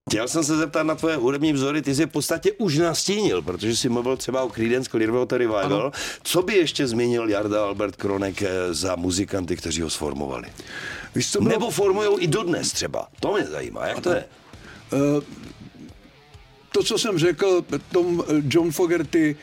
Chtěl jsem se zeptat na tvoje hudební vzory, ty jsi v podstatě už nastínil, protože jsi mluvil třeba o Creedence Clearwater Revival. Ano. Co by ještě zmínil Jarda Albert Kronek za muzikanty, kteří ho sformovali? Víš, co bylo? Nebo formujou i dodnes třeba. To mě zajímá, jak to je? To, co jsem řekl, Tom John Fogerty,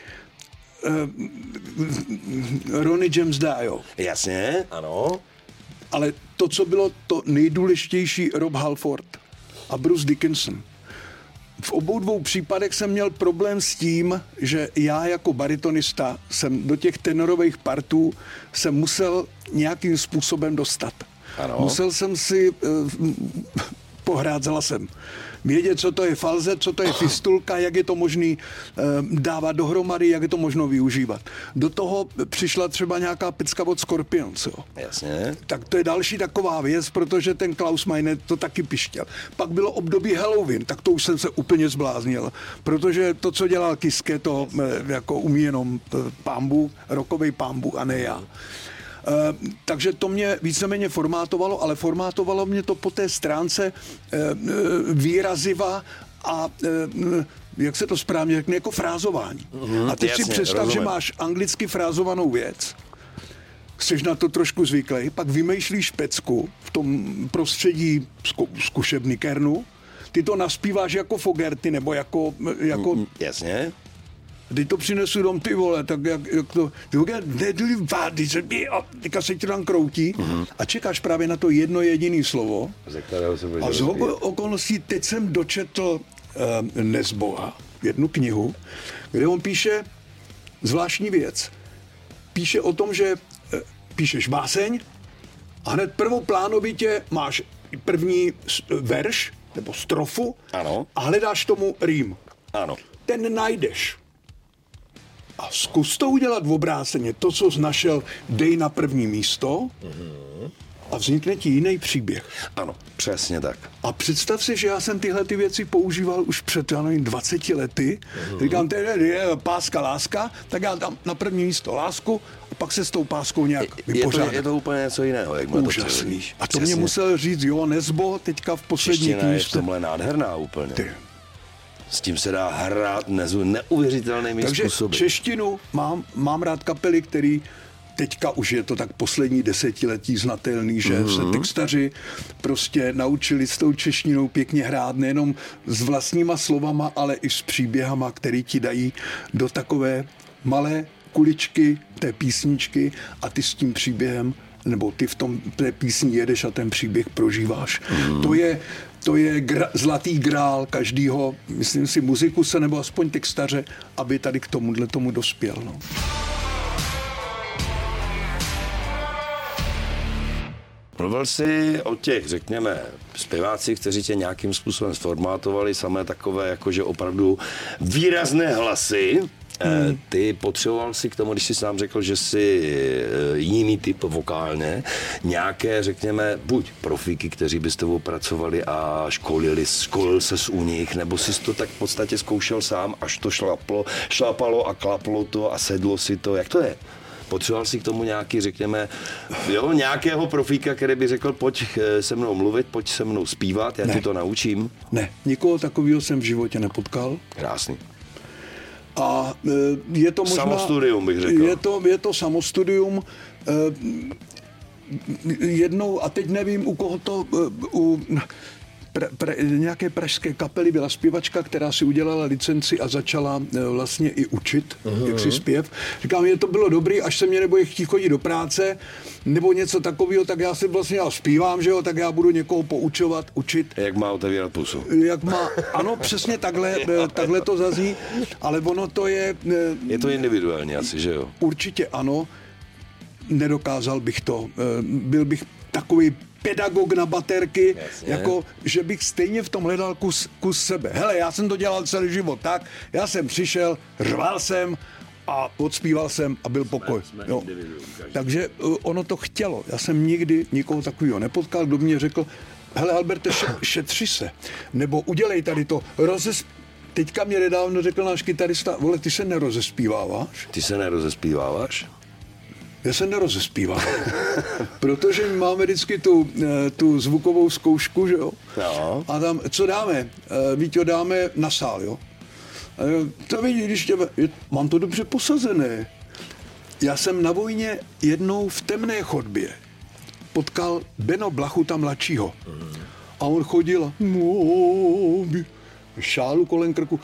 Ronnie James Dio. Jasně, ano. Ale to, co bylo to nejdůležitější, Rob Halford a Bruce Dickinson. V obou dvou případech jsem měl problém s tím, že já jako baritonista jsem do těch tenorových partů jsem musel nějakým způsobem dostat. Ano. Musel jsem si pohrát s hlasem. Vědět, co to je falzet, co to je fistulka, jak je to možný dávat dohromady, jak je to možno využívat. Do toho přišla třeba nějaká pecka od Scorpions. Jo. Jasně. Tak to je další taková věc, protože ten Klaus Meine to taky pištěl. Pak bylo období Halloween, tak to už jsem se úplně zbláznil, protože to, co dělal Kiske, to jako umí jenom pambu, rockovej pambu a ne já. Takže to mě víceméně formátovalo, ale formátovalo mě to po té stránce výraziva a jak se to správně řekne, jako frázování. A teď si představ, že máš anglicky frázovanou věc, jsi na to trošku zvyklý, pak vymýšlíš pecku v tom prostředí zkušebny Kernu, ty to naspíváš jako Fogerty nebo jako Jasně. Teď to přinesu dom, ty vole, tak jak to... Teďka se ti tam kroutí a čekáš právě na to jedno jediné slovo. A z okolností teď jsem dočetl Nesboha, jednu knihu, kde on píše zvláštní věc. Píše o tom, že píšeš báseň a hned prvoplánovitě máš první verš nebo strofu. Ano. A hledáš tomu rým. Ano. Ten najdeš. A zkus to udělat v obráceně. To, co jsi našel, dej na první místo a vznikne ti jiný příběh. Ano, přesně tak. A představ si, že já jsem tyhle ty věci používal už před 20 lety. Říkám, tady je páska láska, tak já dám na první místo lásku a pak se s tou páskou nějak vypořádám. Je to úplně něco jiného, jak úžasný. A to mě musel říct Jo Nesbo teďka v poslední knížce. Je v tomhle nádherná úplně. Ty. S tím se dá hrát neuvěřitelnými způsoby. Takže češtinu mám rád kapely, který teďka už je to tak poslední desetiletí znatelný, že se textaři prostě naučili s tou češtinou pěkně hrát, nejenom s vlastníma slovama, ale i s příběhama, který ti dají do takové malé kuličky té písničky a ty s tím příběhem, nebo ty v tom té písni jedeš a ten příběh prožíváš. To je zlatý grál každýho, myslím si, muzikuse nebo aspoň textaře, aby tady k tomu dospěl. No. Mluvil jsi o těch, řekněme, zpěvácích, kteří tě nějakým způsobem sformátovali, samé takové jakože opravdu výrazné hlasy. Ty potřeboval si k tomu, když jsi sám řekl, že jsi jiný typ vokálně, nějaké, řekněme, buď profíky, kteří by s tebou pracovali a školil ses u nich, nebo jsi to tak v podstatě zkoušel sám, až to šlapalo a klaplo to a sedlo si to. Jak to je? Potřeboval si k tomu nějaký, řekněme, nějakého profíka, který by řekl, pojď se mnou mluvit, pojď se mnou zpívat, já ti to naučím? Ne, nikoho takového jsem v životě nepotkal. Krásný. A je to možná... Samostudium bych řekl. Je to samostudium. Jednou, a teď nevím, u koho to... nějaké pražské kapely byla zpěvačka, která si udělala licenci a začala vlastně i učit, jak si zpěv. Říkám, to bylo dobrý, až se mě nebude chtít chodit do práce, nebo něco takového, tak já si vlastně zpívám, že jo, tak já budu někoho poučovat, učit. Jak má otevírat pusu. Ano, přesně takhle to zazní, ale ono to je... Je to individuální asi, že jo? Určitě ano, nedokázal bych to, byl bych takový pedagog na baterky, jako že bych stejně v tom hledal kus sebe. Hele, já jsem to dělal celý život tak, já jsem přišel, řval jsem a odspíval jsem a byl pokoj. Takže ono to chtělo. Já jsem nikdy nikoho takového nepotkal, kdo mě řekl, hele Alberte, šetři se, nebo udělej tady to, Teďka mě nedávno řekl náš kytarista, vole, ty se nerozespíváváš? Ty se nerozespíváváš? Já se nerozespíval, protože my máme vždycky tu zvukovou zkoušku, že jo? No. A tam, co dáme? Víťo, dáme na sál, jo? To vidí, když mám to dobře posazené. Já jsem na vojně jednou v temné chodbě potkal Beno Blachuta mladšího. A on chodil šálu kolem krku,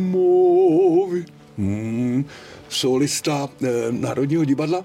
solista Národního divadla.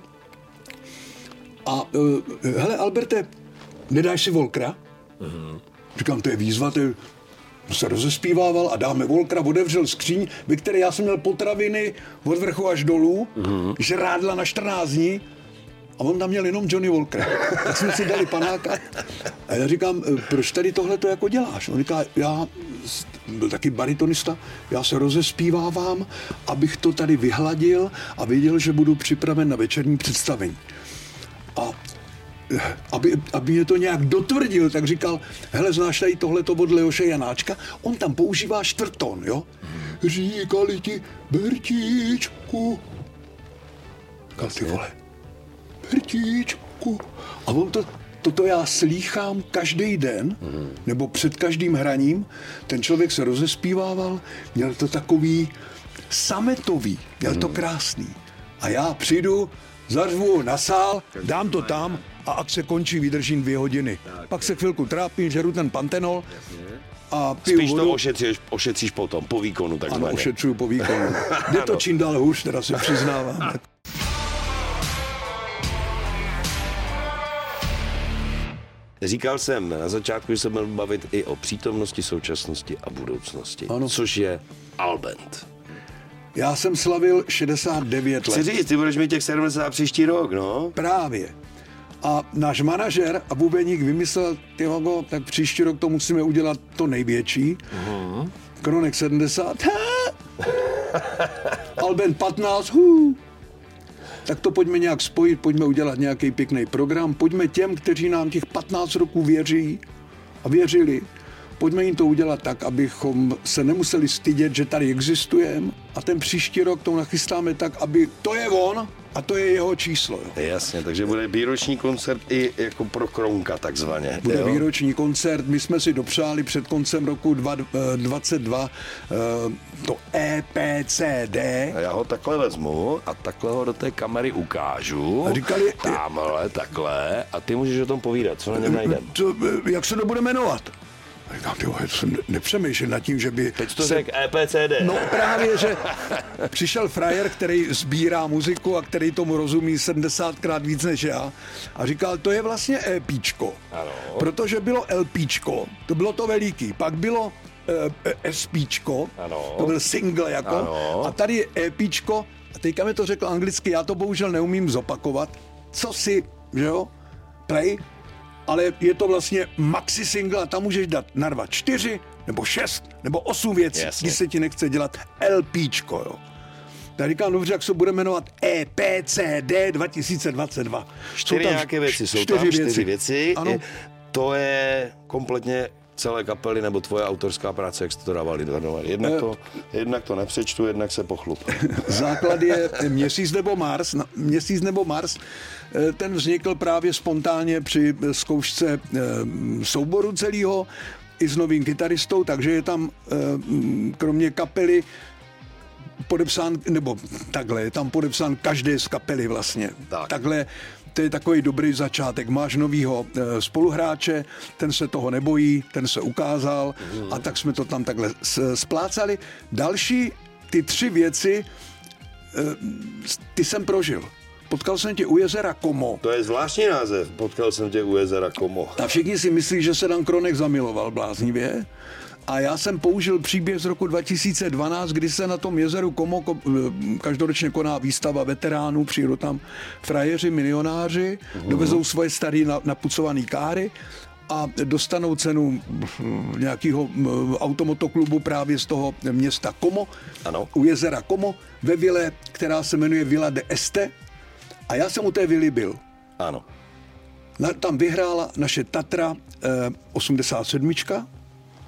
A hele, Alberte, nedáš si Volkra? Říkám, to je výzva, se rozespívával a dáme Volkra, otevřel skříň, ve které já jsem měl potraviny od vrchu až dolů, žrádla na 14 dní a on tam měl jenom Johnny Walkera. Tak jsme si dali panáka a já říkám, proč tady tohle to jako děláš? On říká, já byl taky baritonista, já se rozespívávám, abych to tady vyhladil a věděl, že budu připraven na večerní představení. A aby mě to nějak dotvrdil, tak říkal, hele, znáš tady tohleto od Leoše Janáčka? On tam používá čtvrtón, jo? Říkali ti, Bertíčku. Říkal, ty vole, Bertíčku. A on toto já slýchám každý den, nebo před každým hraním. Ten člověk se rozespívával, měl to takový sametový, měl to krásný. A já přijdu, zařvu na sál, dám to tam a ak se končí, vydržím 2 hodiny. Pak se chvilku trápím, žeru ten pantenol a piju Spíš vodu. to ošetříš potom, po výkonu takzvaně. Ano, ošetřuju po výkonu. Jde to čím dál hůř, teda se přiznávám. Říkal jsem na začátku, že se budeme bavit i o přítomnosti, současnosti a budoucnosti, ano. Což je Albent. Já jsem slavil 69 let. Chci říct, ty budeš mít těch 70 příští rok, no? Právě. A náš manažer a bubeník vymyslel, tak příští rok to musíme udělat to největší. Kronek 70. Albent 15. Tak to pojďme nějak spojit, pojďme udělat nějaký pěkný program, pojďme těm, kteří nám těch 15 roků věří a věřili, pojďme jim to udělat tak, abychom se nemuseli stydět, že tady existujeme a ten příští rok to nachystáme tak, aby to je on a to je jeho číslo. Jo. Jasně, takže bude výroční koncert i jako pro Kronka takzvaně. Bude výroční koncert, my jsme si dopřáli před koncem roku 2022 to EPCD. A já ho takhle vezmu a takhle ho do té kamery ukážu. A říkali, tamhle, takhle a ty můžeš o tom povídat, co na něm najdem. Jak se to bude jmenovat? A říkám, nepřemýšlím nad tím, že by... Teď to řekl EPCD. No právě, že přišel frajer, který sbírá muziku a který tomu rozumí 70krát víc než já a říkal, to je vlastně EPčko. Ano. Protože bylo LPčko, to bylo to veliký, pak bylo SPčko, ano. To byl single jako, ano. A tady je EPčko a teďka mi to řekl anglicky, já to bohužel neumím zopakovat, co si, že jo, play, ale je to vlastně maxi single a tam můžeš narvat 4 nebo 6 nebo 8 věcí, když se ti nechce dělat LPčko, jo. Tak říkám, dobře, jak se bude jmenovat EPCD 2022. 4 nějaké věci, jsou tam 4 věci. To je kompletně celé kapely nebo tvoje autorská práce, jak jsi to dával dohromady. Jednak to nepřečtu, jednak se pochlup. Základ je Měsíc nebo Mars. Ten vznikl právě spontánně při zkoušce souboru celého i s novým kytaristou, takže je tam kromě kapely podepsán, nebo takhle, je tam podepsán každý z kapely vlastně. Takhle, to je takový dobrý začátek. Máš novýho spoluhráče, ten se toho nebojí, ten se ukázal a tak jsme to tam takhle splácali. Další, ty 3 věci, ty jsem prožil. Potkal jsem tě u jezera Como. To je zvláštní název. Potkal jsem tě u jezera Como. A všichni si myslí, že se Dan Kronek zamiloval bláznivě. A já jsem použil příběh z roku 2012, kdy se na tom jezeru Como každoročně koná výstava veteránů, přijdou tam frajeři, milionáři, dovezou svoje staré napucované káry a dostanou cenu nějakého automotoklubu právě z toho města Como, ano. U jezera Como, ve vile, která se jmenuje Villa de Este. A já jsem u té vily byl. Ano. Tam vyhrála naše Tatra 87.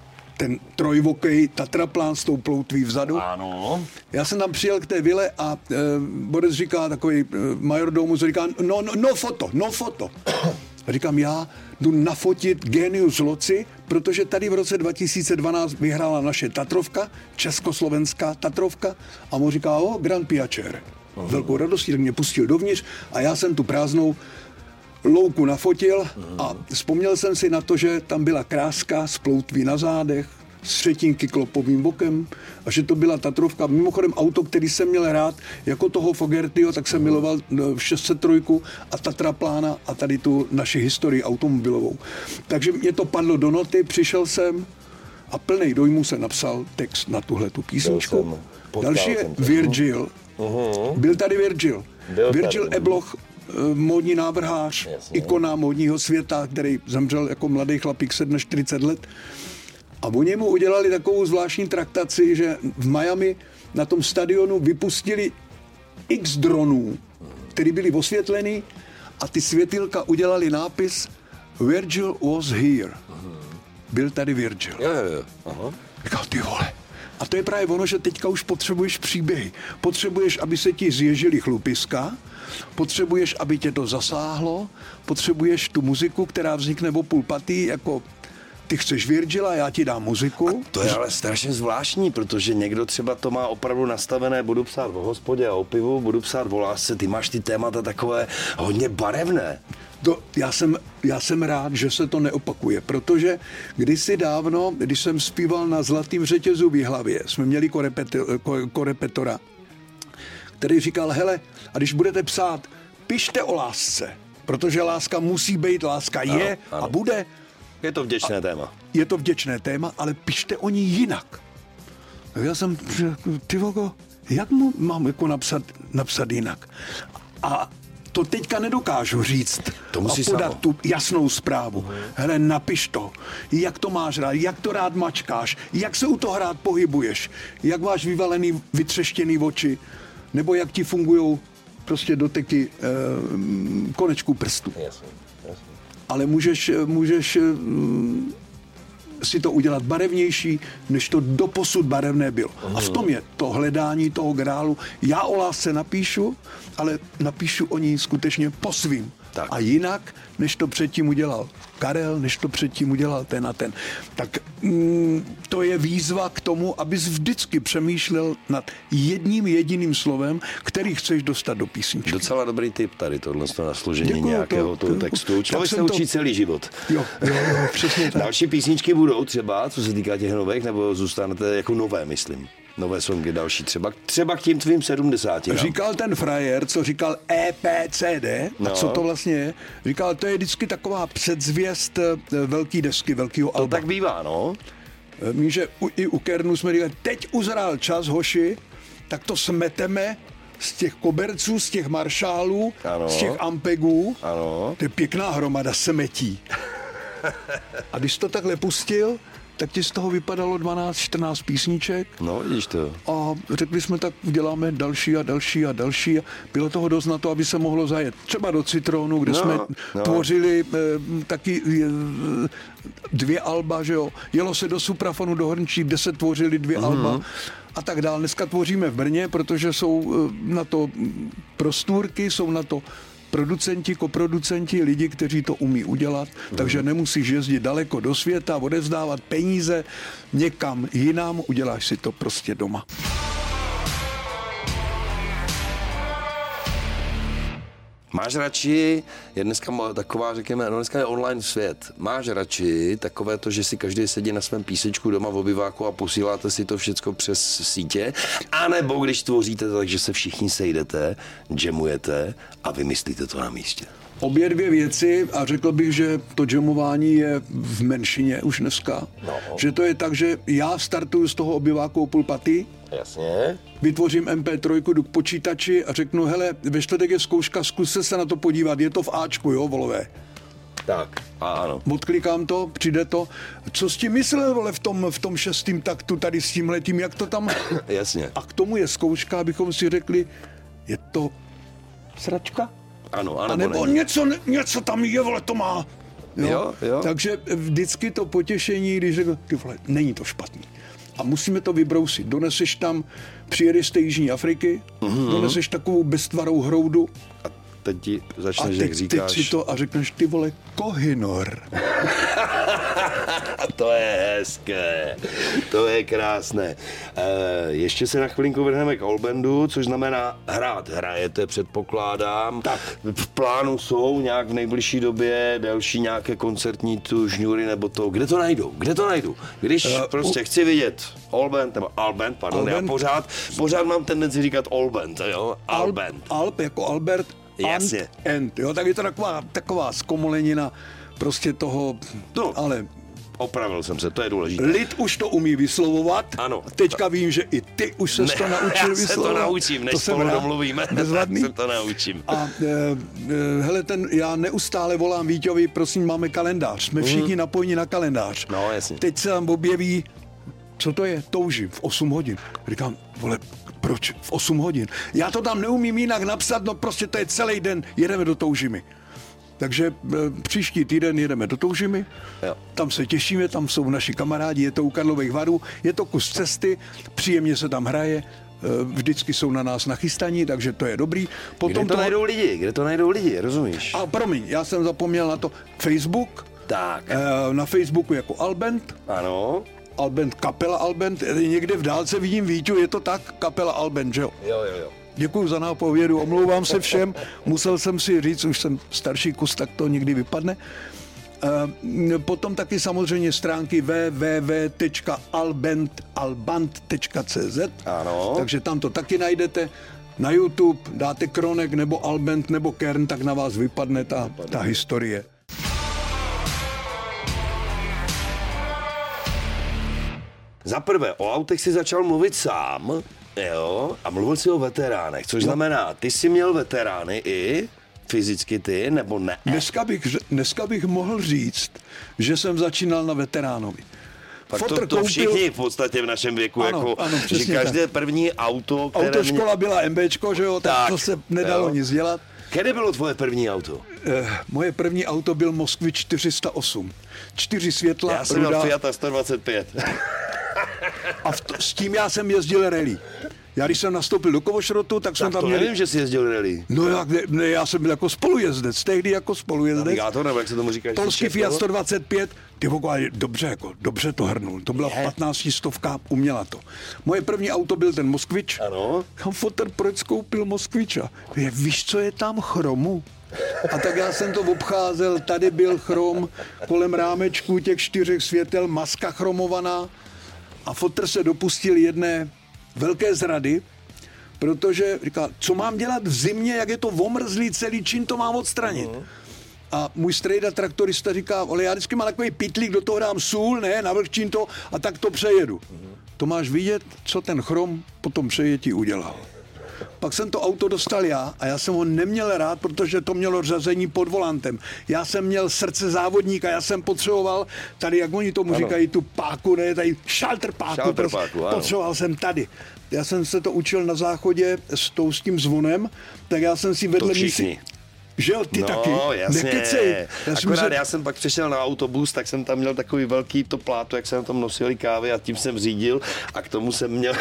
ten trojvokej tatraplán s tou ploutví vzadu. Ano. Já jsem tam přijel k té vile a Boris říká, takový majordomus říká, no foto. A říkám, já jdu nafotit Genius Loci, protože tady v roce 2012 vyhrála naše Tatrovka, československá Tatrovka, a mu říká, Grand Piacere. Velkou radostí, tak mě pustil dovnitř a já jsem tu prázdnou louku nafotil a vzpomněl jsem si na to, že tam byla kráska z ploutví na zádech, s třetínky klopovým bokem a že to byla Tatrovka. Mimochodem auto, který jsem měl rád, jako toho Fogertyho, tak jsem miloval 603 a Tatraplána a tady tu naši historii automobilovou. Takže mě to padlo do noty, přišel jsem a plnej dojmu jsem napsal text na tuhletu písničku. Další je Virgil. Byl tady Virgil. Virgil Abloh, módní návrhář, ikona módního světa, který zemřel jako mladý chlapík 47 let. A oni mu udělali takovou zvláštní traktaci, že v Miami na tom stadionu vypustili x dronů, které byly osvětlený a ty světilka udělali nápis Virgil was here. Byl tady Virgil. Jo. Aha. Říkal, ty vole. A to je právě ono, že teďka už potřebuješ příběhy. Potřebuješ, aby se ti zježili chlupiska, potřebuješ, aby tě to zasáhlo, potřebuješ tu muziku, která vznikne o půl patý, jako ty chceš Virgila, já ti dám muziku. A to je ale strašně zvláštní, protože někdo třeba to má opravdu nastavené, budu psát o hospodě a o pivu, budu psát o lásce, ty máš ty témata takové hodně barevné. Já jsem rád, že se to neopakuje, protože kdysi dávno, když jsem zpíval na Zlatým řetězu v Jihlavě, jsme měli korepetora, který říkal, hele, a když budete psát, pište o lásce, protože láska musí být, láska je ano. A bude. Je to vděčné téma. Je to vděčné téma, ale pište o ní jinak. Já jsem řekl, ty vogo, jak mám jako napsat jinak? A to teďka nedokážu říct to musí a podat samo. Tu jasnou zprávu. Hele, napiš to. Jak to máš rád, jak to rád mačkáš, jak se u toho rád pohybuješ, jak máš vyvalený, vytřeštěný oči, nebo jak ti fungujou prostě doteky konečků prstů. Jasně. Ale můžeš si to udělat barevnější, než to doposud barevné bylo. A v tom je to hledání toho grálu. Já o lásce napíšu, ale napíšu o ní skutečně po svým. Tak. A jinak, než to předtím udělal Karel, než to předtím udělal ten a ten. Tak to je výzva k tomu, abys vždycky přemýšlel nad jedním jediným slovem, který chceš dostat do písničky. Docela dobrý tip tady, tohle na složení Děkuju, nějakého toho textu. Člověk se učí celý život. Jo, přesně tak. Další písničky budou třeba, co se týká těch nových, nebo zůstanete jako nové, myslím? Nové songy další, třeba k tím tvým 70. Říkal ten frajer, co říkal EPCD, a co to vlastně je? Říkal, to je vždycky taková předzvěst velký desky, velkýho alba. To tak bývá, no. Že i u Kernu jsme říkali, teď uzrál čas, hoši, tak to smeteme z těch koberců, z těch maršálů, ano. Z těch ampegů. Ano. To je pěkná hromada smetí. A když to takhle pustil, tak ti z toho vypadalo 12-14 písniček. No, vidíš to. A řekli jsme, tak uděláme další a další a další. Bylo toho dost na to, aby se mohlo zajet. Třeba do Citronu, kde jsme tvořili taky 2 alba, že jo. Jelo se do Suprafonu, do Hrnčí, kde se tvořili 2 alba a tak dál. Dneska tvoříme v Brně, protože jsou na to prostůrky, jsou na to producenti, koproducenti, lidi, kteří to umí udělat, takže nemusíš jezdit daleko do světa, odevzdávat peníze někam jinam, uděláš si to prostě doma. Máš radši, je dneska taková, řekněme, dneska je online svět, máš radši takové to, že si každý sedí na svém písečku doma v obyváku a posíláte si to všecko přes sítě, anebo když tvoříte tak, že se všichni sejdete, jamujete a vymyslíte to na místě? Obě dvě věci a řekl bych, že to jamování je v menšině už dneska. No. Že to je tak, že já startuju z toho obyváku o půl patý, jasně. Vytvořím MP3, jdu k počítači a řeknu, hele, ve čtvrtek je zkouška, zkuste se na to podívat, je to v Ačku, jo, volové. Tak, ano. Odklikám to, přijde to. Co s tím myslel, vole, v tom 6. taktu, tady s tímhletím, jak to tam... Jasně. A k tomu je zkouška, abychom si řekli, je to sračka? Ano, a nebo něco tam je, vole, to má Jo. Takže vždycky to potěšení, když řekl, ty vole, není to špatný. A musíme to vybrousit. Doneseš tam, přijedeš z té Jižní Afriky, doneseš takovou beztvarou hroudu. A teď ti začneš, jak říkáš. Teď si to a řekneš, ty vole, Kohinoor. To je hezké, to je krásné. Ještě se na chvilinku vrhneme k Allbandu, což znamená hrajete, předpokládám. Tak. V plánu jsou nějak v nejbližší době další nějaké koncertní tu žňury nebo to. Kde to najdu? Když prostě chci vidět Allband, nebo Alband, pardon, já pořád mám tendenci říkat Allband, jo? Alband. Alp jako Albert. Jasně. And, jo, tak je to taková zkomolenina prostě toho, No. ale Opravil jsem se, to je důležité. lid už to umí vyslovovat. Ano. Teďka vím, že i ty už se to naučil já vyslovovat. se to naučím, než spolu domluvíme, tak se to naučím. A hele, já neustále volám Víťovi, prosím, máme kalendář. Jsme všichni napojeni na kalendář. No, jasně. Teď se tam objeví, co to je? Toužím v 8 hodin. Říkám, vole, proč v 8 hodin? Já to tam neumím jinak napsat, no prostě to je celý den, jedeme do Toužimy. Takže příští týden jedeme do Toužimy, Jo. tam se těšíme, tam jsou naši kamarádi, je to u Karlových Varů, je to kus cesty, příjemně se tam hraje, vždycky jsou na nás nachystaní, takže to je dobrý. Potom Kde to najdou lidi, rozumíš? A promiň, já jsem zapomněl na to Facebook, Tak. na Facebooku jako Alband, Ano. Alband, kapela Alband, někde v dálce vidím Víťu, je to tak, kapela Alband, že jo? Jo. Děkuju za nápovědu, omlouvám se všem, musel jsem si říct, už jsem starší kus, tak to někdy vypadne. Potom taky samozřejmě stránky www.alband.cz, Ano. takže tam to taky najdete. Na YouTube dáte Kronek nebo Alband nebo Kern, tak na vás vypadne ta historie. Za prvé, o autech si začal mluvit sám, jo, a mluvil si o veteránech, což znamená, ty jsi měl veterány i fyzicky ty, nebo ne? Dneska bych mohl říct, že jsem začínal na veteránovi. Tak to všichni v podstatě v našem věku, ano, že každé první auto, které autoškola byla MBčko, že jo, tak to se nedalo nic dělat. Kde bylo tvoje první auto? Moje první auto byl Moskvič 408. 4 světla. Já jsem měl Fiata 125. A s tím já jsem jezdil rally. Já když jsem nastoupil do Kovošrotu, tak jsem tam měl... nevím, že jsi jezdil rally. No já jsem byl jako spolujezdec, tehdy jako spolujezdec. Navigátor, nebo jak se tomu říká? Polský Fiat 125, ty vokál, dobře to hrnul. To byla 15 stovka, uměla to. Moje první auto byl ten Moskvič. Ano. Fotr proč koupil Moskviča? Víš, co je tam chromu? A tak já jsem to obcházel, tady byl chrom, kolem rámečku těch 4 světel, maska chromovaná. A fotr se dopustil jedné velké zrady, protože říká, co mám dělat v zimě, jak je to omrzlý celý, čím to mám odstranit. A můj strejda traktorista říká, ale já vždycky mám takový pytlík, do toho dám sůl, ne, navlhčím to a tak to přejedu. To máš vidět, co ten chrom po tom přejetí udělal. Pak jsem to auto dostal já a já jsem ho neměl rád, protože to mělo řazení pod volantem. Já jsem měl srdce závodníka, já jsem potřeboval tady, jak oni tomu říkají, tu páku, ne, tady šaltrpáku, potřeboval jsem tady. Já jsem se to učil na záchodě s tím zvonem, tak já jsem si vedle mísy... Že jo, ty taky? Jasně. Nekecej. Já jsem pak přišel na autobus, tak jsem tam měl takový velký to pláto, jak jsem tam nosili kávy a tím jsem řídil a k tomu jsem měl...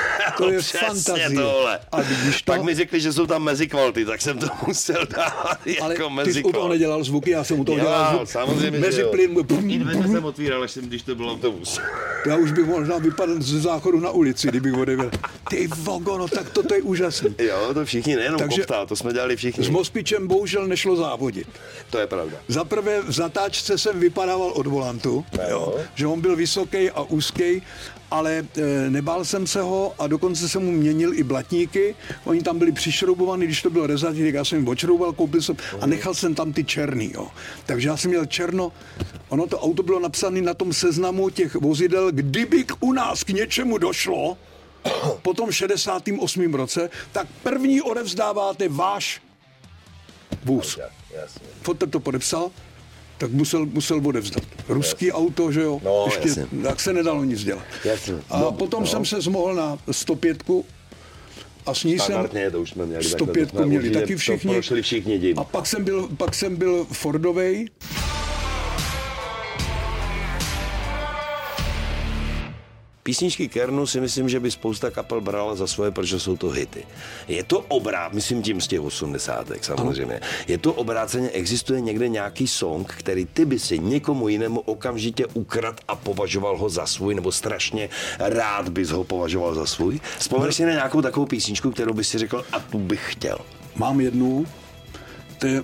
To je fantazie. Tohle. A vidíš to? Pak mi řekli, že jsou tam mezikvality, tak jsem to musel dávat jako mezikvalt. Ale ty jsi u toho nedělal zvuky, já jsem u toho dělal zvuky. Samozřejmě, meziplyn. I dveře jsem otvíral, když to byl autobus. Já už bych možná vypadl ze záchodu na ulici, kdybych odevil. Ty vogo, no tak toto je úžasný. Jo, to všichni, nejenom Kopta, to jsme dělali všichni. S Moskvičem bohužel nešlo závodit. To je pravda. Za prvé v zatáčce jsem vypadával od volantu, jo, že on byl vysoký a úzký, ale nebál jsem se ho a dokonce jsem mu měnil i blatníky. Oni tam byli přišroubovaný, když to bylo rezatý, tak já jsem jim odšrouboval, koupil jsem a nechal jsem tam ty černý. Jo. Takže já jsem měl černo. Ono to auto bylo napsané na tom seznamu těch vozidel, kdyby u nás k něčemu došlo, po tom 68. roce, tak první odevzdáváte váš vůz. Fotr to podepsal, tak musel odevzdat. Ruský auto, že jo, no, ještě, tak se nedalo nic dělat. A potom jsem se zmohl na 105 a s ní jsem... to už jsme měli. 105 měli taky všichni. To všichni a pak jsem byl Fordovej. Písničky Kernu si myslím, že by spousta kapel brala za svoje, protože jsou to hity. Je to myslím tím z těch 80. samozřejmě. Je to obráceně, existuje někde nějaký song, který ty by si někomu jinému okamžitě ukradl a považoval ho za svůj, nebo strašně rád bys ho považoval za svůj? Vzpomeneš si na nějakou takovou písničku, kterou bys si řekl, a tu bych chtěl? Mám jednu. To je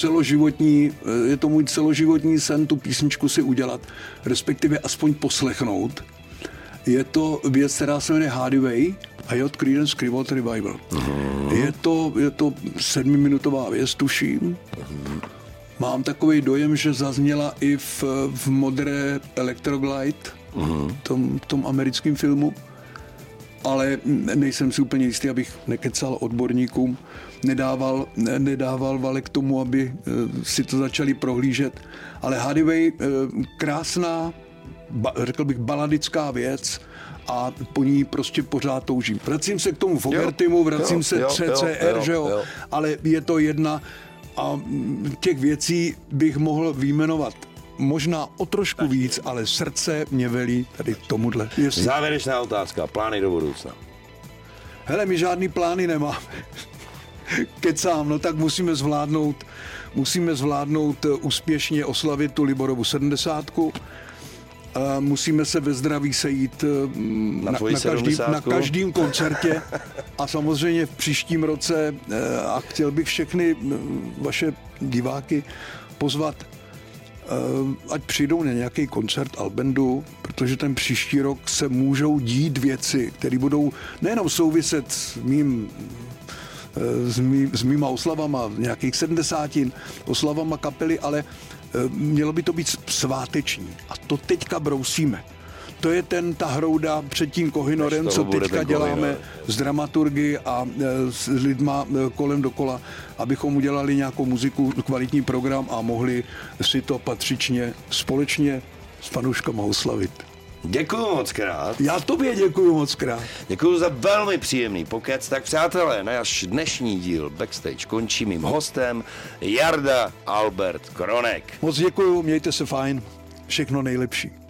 můj celoživotní sen tu písničku si udělat, respektive aspoň poslechnout. Je to věc, která se jmenuje Hardy Way a je od Creedence Clearwater Revival. Je to 7minutová věc, tuším. Mám takový dojem, že zazněla i v modré Electroglide, tom americkém filmu, ale nejsem si úplně jistý, abych nekecal odborníkům, nedával vale k tomu, aby si to začali prohlížet. Ale Hardy Way, krásná, řekl bych, baladická věc a po ní prostě pořád toužím. Vracím se k tomu Fogertymu, vracím se CCR, že jo, ale je to jedna a těch věcí bych mohl vyjmenovat možná o trošku víc, ale srdce mě velí tady tomuhle. Závěrečná otázka, plány do budoucna. Hele, my žádný plány nemáme. Kecám, no tak musíme zvládnout úspěšně oslavit tu Liborovu 70. Musíme se ve zdraví sejít na každém koncertě a samozřejmě v příštím roce a chtěl bych všechny vaše diváky pozvat, ať přijdou na nějaký koncert Albendu, protože ten příští rok se můžou dít věci, které budou nejenom souviset s mýma oslavama, nějakých 70 oslavama kapely, ale mělo by to být sváteční. A to teďka brousíme. To je ta hrouda před tím Kohynorem, co teďka děláme s dramaturgy a s lidma kolem dokola, abychom udělali nějakou muziku, kvalitní program a mohli si to patřičně společně s fanouškama oslavit. Děkuju moc krát. Já tobě děkuju moc krát. Děkuju za velmi příjemný pokec. Tak přátelé, náš dnešní díl Backstage končí mým hostem Jarda Albert Kronek. Moc děkuju, mějte se fajn. Všechno nejlepší.